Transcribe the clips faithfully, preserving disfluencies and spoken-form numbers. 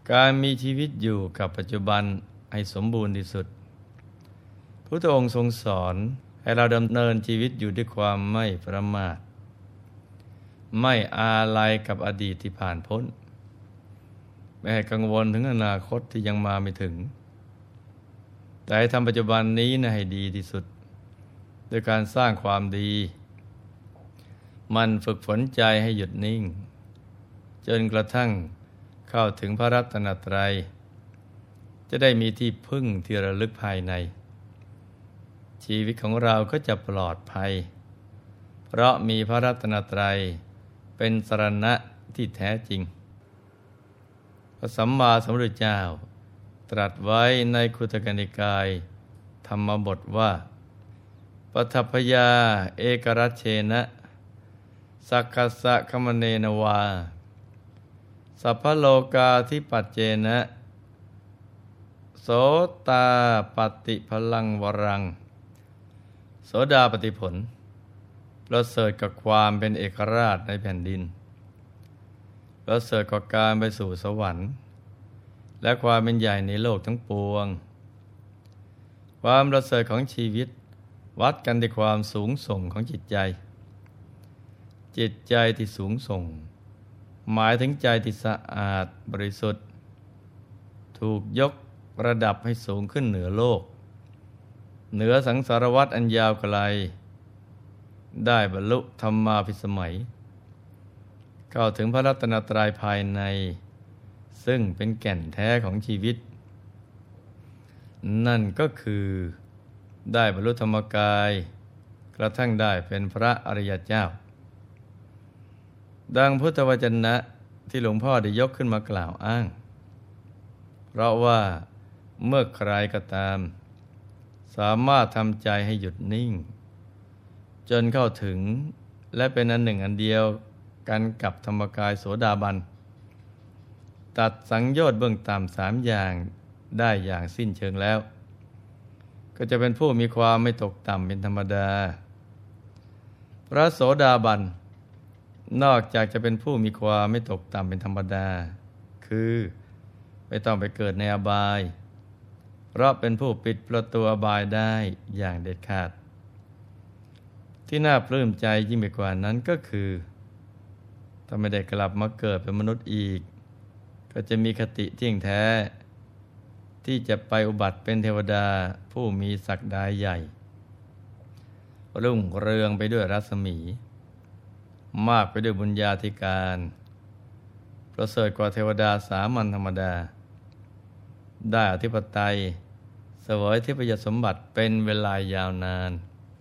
การมีชีวิตอยู่กับปัจจุบันให้สมบูรณ์ที่สุดพระองค์ทรงสอนให้เราดำเนินชีวิตอยู่ด้วยความไม่ประมาทไม่อาลัยกับอดีตที่ผ่านพ้นไม่ให้กังวลถึงอนาคตที่ยังมาไม่ถึงแต่ให้ทำปัจจุบันนี้นะให้ดีที่สุดโดยการสร้างความดีมันฝึกฝนใจให้หยุดนิ่งจนกระทั่งเข้าถึงพระรัตนตรัยจะได้มีที่พึ่งที่ระลึกภายในชีวิตของเราก็จะปลอดภัยเพราะมีพระรัตนตรัยเป็นสรณะที่แท้จริงพระสัมมาสัมพุทธเจ้าตรัสไว้ในคุตกนิกายธรรมบทว่าปัฏฐัพพยาเอกรัชเชนะสักขสะคมเนนวาสัพพโลกาธิปัจเจนะโสตาปฏิพลังวรังโสดาปฏิผลประเสริฐกับความเป็นเอกราชในแผ่นดินประเสริฐกับการไปสู่สวรรค์และความเป็นใหญ่ในโลกทั้งปวงความประเสริฐของชีวิตวัดกันด้วยความสูงส่งของจิตใจจิตใจที่สูงส่งหมายถึงใจที่สะอาดบริสุทธิ์ถูกยกระดับให้สูงขึ้นเหนือโลกเหนือสังสารวัฏอันยาวไกลได้บรรลุธรรมาภิสมัยเข้าถึงพระรัตนตรัยภายในซึ่งเป็นแก่นแท้ของชีวิตนั่นก็คือได้บรรลุธรรมกายกระทั่งได้เป็นพระอริยเจ้าดังพุทธวจนะที่หลวงพ่อได้ยกขึ้นมากล่าวอ้างเพราะว่าเมื่อใครก็ตามสามารถทำใจให้หยุดนิ่งจนเข้าถึงและเป็นอันหนึ่งอันเดียวกันกับธรรมกายโสดาบันตัดสังโยชน์เบื้องต่ำสามอย่างได้อย่างสิ้นเชิงแล้วก็จะเป็นผู้มีความไม่ตกต่ำเป็นธรรมดาพระโสดาบันนอกจากจะเป็นผู้มีความไม่ตกต่ำเป็นธรรมดาคือไม่ต้องไปเกิดในอบายเพราะเป็นผู้ปิดประตูอบายได้อย่างเด็ดขาดที่น่าปลื้มใจยิ่งไปกว่านั้นก็คือถ้าไม่ได้กลับมาเกิดเป็นมนุษย์อีกก็จะมีคติเที่ยงแท้ที่จะไปอุบัติเป็นเทวดาผู้มีศักดิ์ใหญ่รุ่งเรืองไปด้วยรัศมีมากไปด้วยบุญญาธิการประเสริฐกว่าเทวดาสามัญธรรมดาได้อธิปไตยเสวยทิพยสมบัติเป็นเวลายาวนาน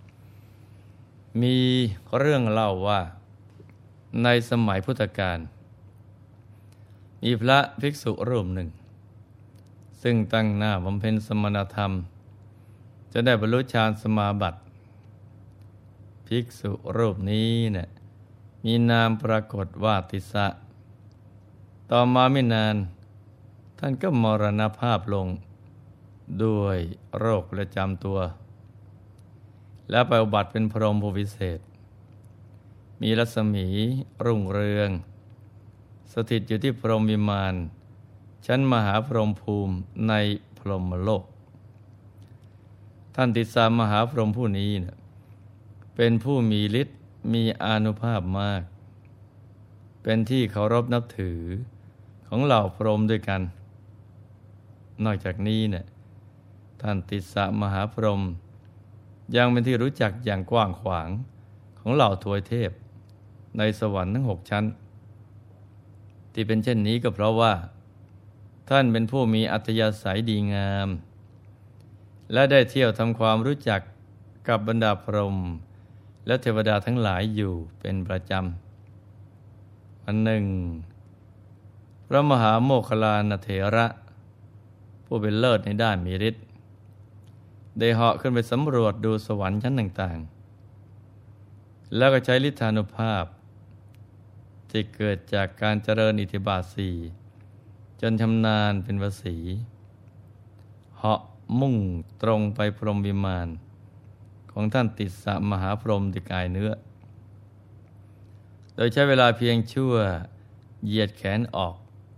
มีเรื่องเล่าว่าในสมัยพุทธกาลมีพระภิกษุรูปหนึ่งซึ่งตั้งหน้าบำเพ็ญสมณธรรมจะได้บรรลุฌานสมาบัติภิกษุรูปนี้เนี่ยมีนามปรากฏว่าติสสะต่อมาไม่นานท่านก็มรณภาพลงด้วยโรคประจำตัวและไปอุบัติเป็นพรหมผู้วิเศษมีรัศมีรุ่งเรืองสถิตอยู่ที่พรหมวิมานชั้นมหาพรหมภูมิในพรหมโลกท่านติสสะมหาพรหมผู้นี้เนี่ยเป็นผู้มีฤทธิ์มีอานุภาพมากเป็นที่เคารพนับถือของเหล่าพรหมด้วยกันนอกจากนี้เนี่ยท่านติสสะมหาพรหมยังเป็นที่รู้จักอย่างกว้างขวางของเหล่าทวยเทพในสวรรค์ทั้งหกชั้นที่เป็นเช่นนี้ก็เพราะว่าท่านเป็นผู้มีอัธยาศัยดีงามและได้เที่ยวทำความรู้จักกับบรรดาพรหมและเทวดาทั้งหลายอยู่เป็นประจำวันหนึ่งพระมหาโมคคัลลานเถระผู้เป็นเลิศในด้านมีฤทธิ์ได้เหาะขึ้นไปสำรวจดูสวรรค์ชั้นต่างๆแล้วก็ใช้ฤทธานุภาพที่เกิดจากการเจริญอิทธิบาทสี่จนชำนาญเป็นวสีเหาะมุ่งตรงไปพรหมวิมานของท่านติสสะมหาพรหมที่กายเนื้อโดยใช้เวลาเพียงชั่วเหยียดแขนออก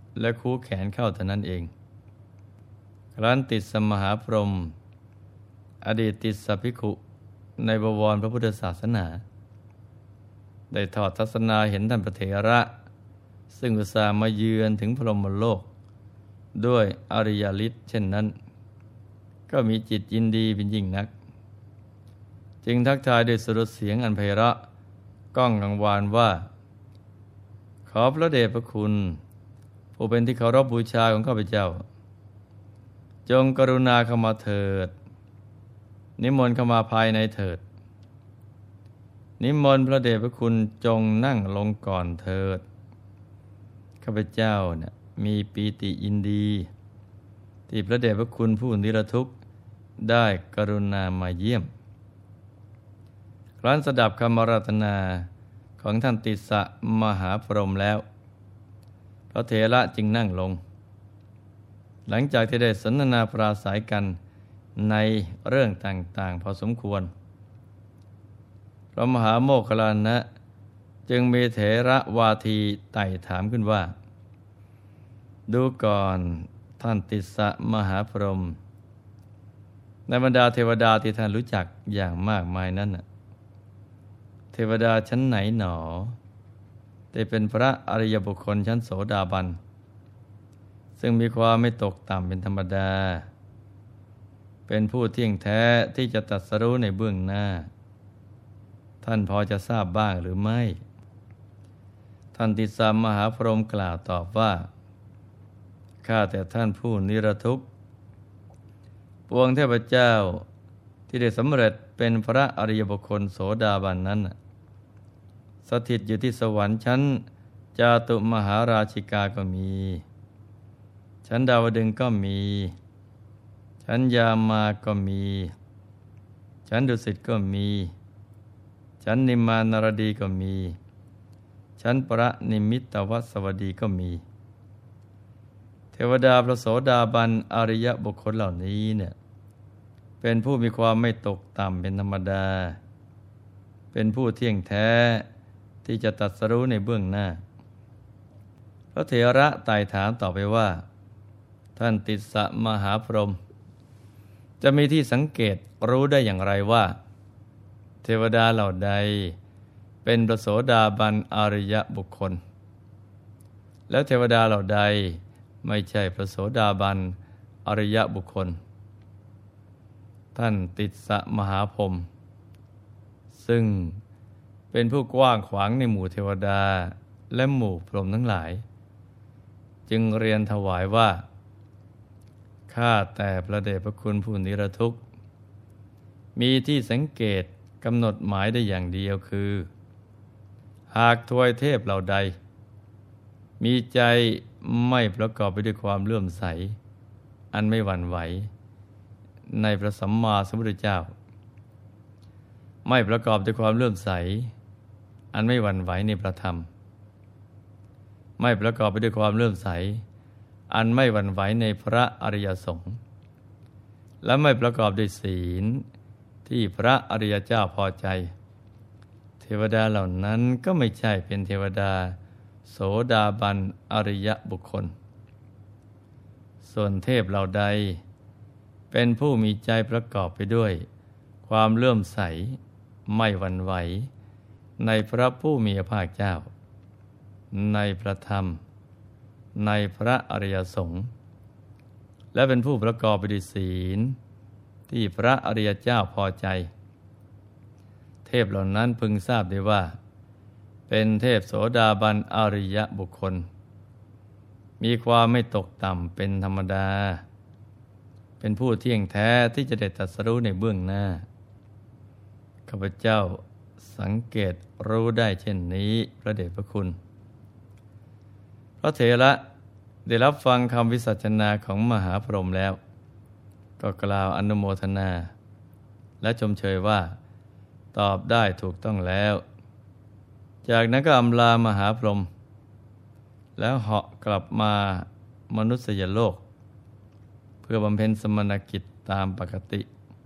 และคูแขนเข้าเท่านั้นเองครั้นติสสมหาพรหมอดีตติสสภิกขุในบวรพระพุทธศาสนาได้ทอดทัศนาเห็นท่านพระเถระซึ่งอุตส่าห์มาเยือนถึงพรหมโลกด้วยอริยฤทธิ์เช่นนั้นก็มีจิตยินดีเป็นยิ่งนักจึงทักทายด้วยสุรเสียงอันไพเราะก้องกังวานว่าขอพระเดชพระคุณผู้เป็นที่เคารพบูชาของข้าพเจ้าจงกรุณาเข้ามาเถิดนิมนต์เข้ามาภายในเถิดนิมนต์พระเดชพระคุณจงนั่งลงก่อนเถิดข้าพเจ้าเนี่ยมีปีติยินดีที่พระเดชพระคุณผู้นิรทุกข์ได้กรุณามาเยี่ยมครั้นสดับคำอาราธนาของท่านติสสะมหาพรหมแล้วพระเถระจึงนั่งลงหลังจากที่ได้สนทนาปราศัยกันในเรื่องต่างๆพอสมควรพระมหาโมคคัลลานะจึงมีเถระวาทีไต่ถามขึ้นว่าดูก่อนท่านติสสะมหาพรหมในบรรดาเทวดาที่ท่านรู้จักอย่างมากมายนั้นน่ะเทวดาชั้นไหนหนอได้เป็นพระอริยบุคคลชั้นโสดาบันซึ่งมีความไม่ตกต่ำเป็นธรรมดาเป็นผู้เที่ยงแท้ที่จะตรัสรู้ในเบื้องหน้าท่านพอจะทราบบ้างหรือไม่ท่านติสสะมหาพรหมกล่าวตอบว่าข้าแต่ท่านผู้นิรทุกข์ปวงเทพเจ้าที่ได้สำเร็จเป็นพระอริยบุคคลโสดาบันนั้นสถิตอยู่ที่สวรรค์ชั้นจาตุมหาราชิกาก็มีชั้นดาวดึงส์ก็มีชั้นยามาก็มีชั้นดุสิตก็มีชั้นนิมมานารดีก็มีชั้นปรนิมิตวสวัสดีก็มีเทวดาพระโสดาบันอริยบุคคลเหล่านี้เนี่ยเป็นผู้มีความไม่ตกต่ำเป็นธรรมดาเป็นผู้เที่ยงแท้ที่จะตรัสรู้ในเบื้องหน้าพระเถระไต่ถามต่อไปว่าท่านติสสะมหาพรหมจะมีที่สังเกตรู้ได้อย่างไรว่าเทวดาเหล่าใดเป็นพระโสดาบันอริยบุคคลแล้วเทวดาเหล่าใดไม่ใช่พระโสดาบันอริยบุคคลท่านติสสะมหาพรหมซึ่งเป็นผู้กว้างขวางในหมู่เทวดาและหมู่พรหมทั้งหลายจึงเรียนถวายว่าข้าแต่พระเดชพระคุณผู้นิรทุกข์มีที่สังเกตกำหนดหมายได้อย่างเดียวคือหากทวยเทพเหล่าใดมีใจไม่ประกอบไปด้วยความเลื่อมใสอันไม่หวั่นไหวในพระสัมมาสัมพุทธเจ้าไม่ประกอบด้วยความเลื่อมใสอันไม่หวั่นไหวในพระธรรมไม่ประกอบไปด้วยความเลื่อมใสอันไม่หวั่นไหวในพระอริยสงฆ์และไม่ประกอบด้วยศีลที่พระอริยเจ้าพอใจเทวดาเหล่านั้นก็ไม่ใช่เป็นเทวดาโสดาบันอริยบุคคลส่วนเทพเหล่าใดเป็นผู้มีใจประกอบไปด้วยความเลื่อมใสไม่หวั่นไหวในพระผู้มีพระภาคเจ้าในพระธรรมในพระอริยสงฆ์และเป็นผู้ประกอบไปด้วยศีลที่พระอริยเจ้าพอใจเทพเหล่านั้นพึงทราบได้ว่าเป็นเทพโสดาบันอริยบุคคลมีความไม่ตกต่ำเป็นธรรมดาเป็นผู้เที่ยงแท้ที่จะได้ตรัสรู้ในเบื้องหน้าข้าพเจ้าสังเกตรู้ได้เช่นนี้พระเดชพระคุณพระเถระได้รับฟังคำวิสัชนาของมหาพรหมแล้วก็กล่าวอนุโมทนาและชมเชยว่าตอบได้ถูกต้องแล้วจากนั้นก็อำลามหาพรหมแล้วเหาะกลับมามนุษยโลกเพื่อบำเพ็ญสมณกิจตามปกติ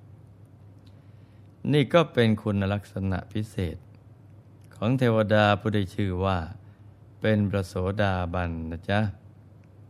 นี่ก็เป็นคุณลักษณะพิเศษของเทวดาผู้ได้ชื่อว่าเป็นพระโสดาบันนะจ๊ะ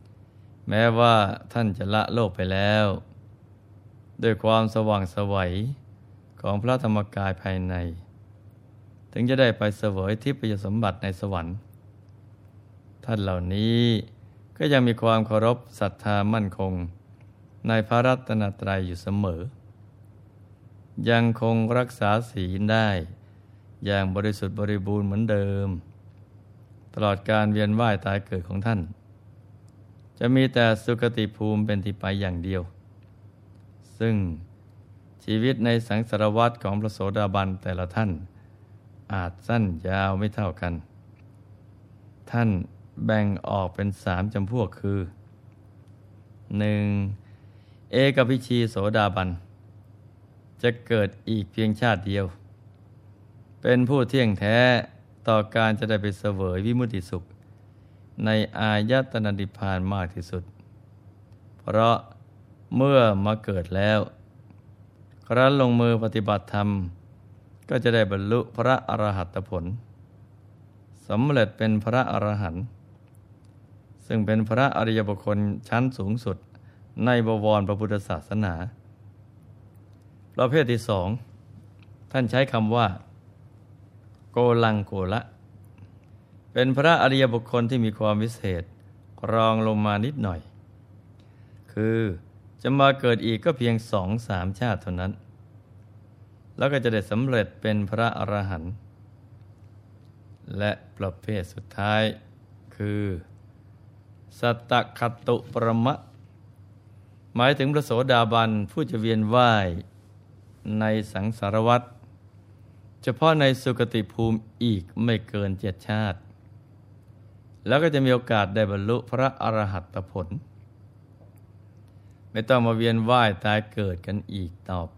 แม้ว่าท่านจะละโลกไปแล้วด้วยความสว่างไสวของพระธรรมกายภายในถึงจะได้ไปเสวยทิพยสมบัติในสวรรค์ท่านเหล่านี้ก็ยังมีความเคารพศรัทธามั่นคงในพระรัตนตรัยอยู่เสมอยังคงรักษาศีลได้อย่างบริสุทธิ์บริบูรณ์เหมือนเดิมตลอดการเวียนว่ายตายเกิดของท่านจะมีแต่สุคติภูมิเป็นที่ไปอย่างเดียวซึ่งชีวิตในสังสารวัฏของพระโสดาบันแต่ละท่านอาจสั้นยาวไม่เท่ากันท่านแบ่งออกเป็นสามจำพวกคือหนึ่งเอกภิชีโสดาบันจะเกิดอีกเพียงชาติเดียวเป็นผู้เที่ยงแท้ต่อการจะได้ไปเสวยวิมุตติสุขในอายตนะนิพพานมากที่สุดเพราะเมื่อมาเกิดแล้วครั้นลงมือปฏิบัติธรรมก็จะได้บรรลุพระอรหัตผลสำเร็จเป็นพระอรหันต์ซึ่งเป็นพระอริยบุคคลชั้นสูงสุดในบวรพระพุทธศาสนาประเภทที่สองท่านใช้คำว่าโกลังโกละเป็นพระอริยบุคคลที่มีความวิเศษรองลงมานิดหน่อยคือจะมาเกิดอีกก็เพียงสองสามชาติเท่านั้นแล้วก็จะได้สำเร็จเป็นพระอรหันต์และประเภทสุดท้ายคือสัตตคตุปรมะหมายถึงพระโสดาบันผู้จะเวียนว่ายในสังสารวัฏเฉพาะในสุคติภูมิอีกไม่เกินเจ็ดชาติแล้วก็จะมีโอกาสได้บรรลุพระอรหัตผลไม่ต้องมาเวียนว่ายตายเกิดกันอีกต่อไป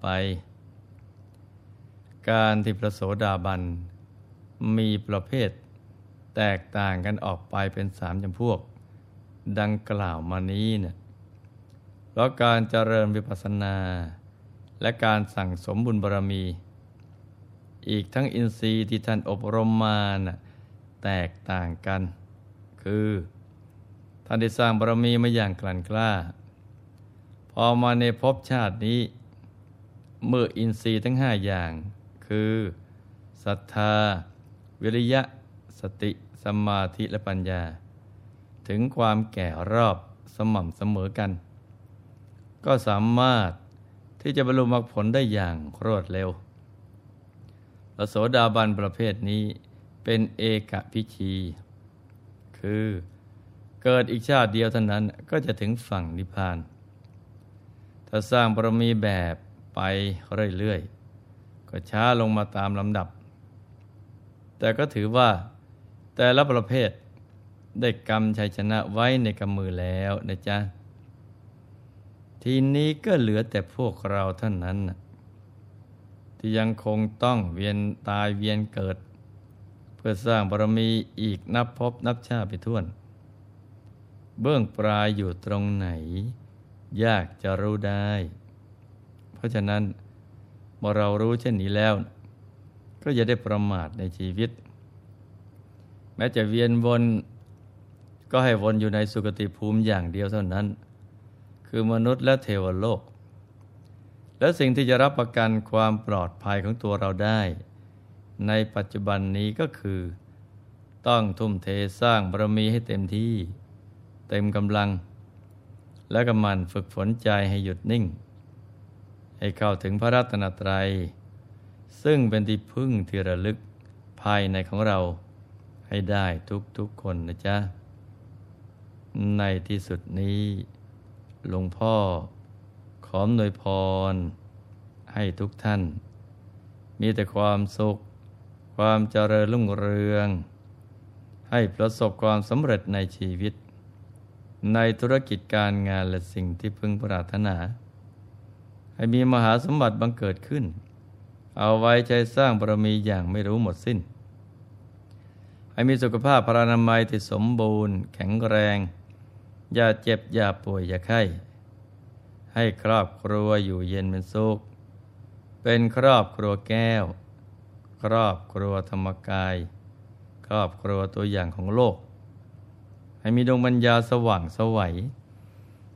การที่พระโสดาบันมีประเภทแตกต่างกันออกไปเป็นสามจำพวกดังกล่าวมานี้เนี่ยเพราะการเจริญวิปัสสนาและการสั่งสมบุญบารมีอีกทั้งอินทรีย์ที่ท่านอบรมมาน่ะแตกต่างกันคือท่านได้สร้างบารมีมาอย่างกลั่นกล้าพอมาในภพชาตินี้เมื่ออินทรีย์ทั้งห้าอย่างคือศรัทธาวิริยะสติสมาธิและปัญญาถึงความแก่รอบสม่ำเสมอกันก็สามารถที่จะบรรลุมรรคผลได้อย่างรวดเร็วพระโสดาบันประเภทนี้เป็นเอกภิชีคือเกิดอีกชาติเดียวเท่านั้นก็จะถึงฝั่งนิพพานถ้าสร้างบารมีแบบไปเรื่อยๆก็ช้าลงมาตามลำดับแต่ก็ถือว่าแต่ละประเภทได้กำชัยชนะไว้ในกำมือแล้วนะจ๊ะทีนี้ก็เหลือแต่พวกเราเท่านั้นนะที่ยังคงต้องเวียนตายเวียนเกิดเพื่อสร้างบารมีอีกนับพบนับชาติไปทั่วเบื้องปลายอยู่ตรงไหนยากจะรู้ได้เพราะฉะนั้นเมื่อเรารู้เช่นนี้แล้วก็อย่าได้ประมาทในชีวิตแม้จะเวียนวนก็ให้วนอยู่ในสุคติภูมิอย่างเดียวเท่านั้นคือมนุษย์และเทวโลกและสิ่งที่จะรับประกันความปลอดภัยของตัวเราได้ในปัจจุบันนี้ก็คือต้องทุ่มเทสร้างบารมีให้เต็มที่เต็มกำลังและก็หมั่นฝึกฝนใจให้หยุดนิ่งให้เข้าถึงพระรัตนตรัยซึ่งเป็นที่พึ่งที่ระลึกภายในของเราให้ได้ทุกๆคนนะจ๊ะในที่สุดนี้หลวงพ่อขออำนวยพรให้ทุกท่านมีแต่ความสุขความเจริญรุ่งเรืองให้ประสบความสำเร็จในชีวิตในธุรกิจการงานและสิ่งที่พึงปรารถนาให้มีมหาสมบัติบังเกิดขึ้นเอาไว้ใจสร้างบารมีอย่างไม่รู้หมดสิ้นให้มีสุขภาพพรรณนามัยที่สมบูรณ์แข็งแรงอย่าเจ็บอย่าป่วยอย่าไข้ให้ครอบครัวอยู่เย็นเป็นสุขเป็นครอบครัวแก้วครอบครัวธรรมกายครอบครัวตัวอย่างของโลกให้มีดวงปัญญาสว่างไสว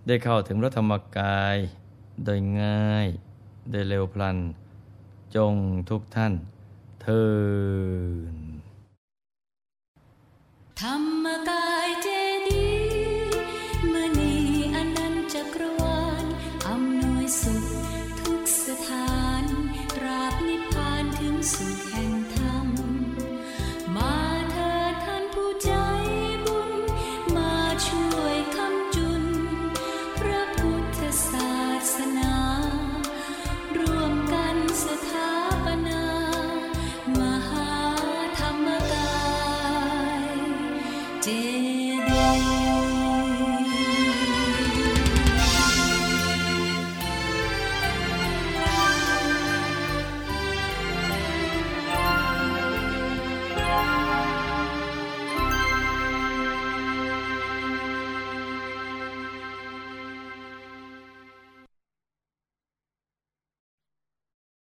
ได้เข้าถึงพระธรรมกายโดยง่ายโดยเร็วพลันจงทุกท่านเทินธรรมกายเจดีย์มณีอนันต์จักรวาลอำนวยสุขทุกสถานตราบนิพพานถึงสุขแห่งธรรมมาเถิดท่านผู้ใจบุญมาช่วยคำจุนพระพุทธศาสนาร่วมกันสถาปนามหาธรรมกายเจ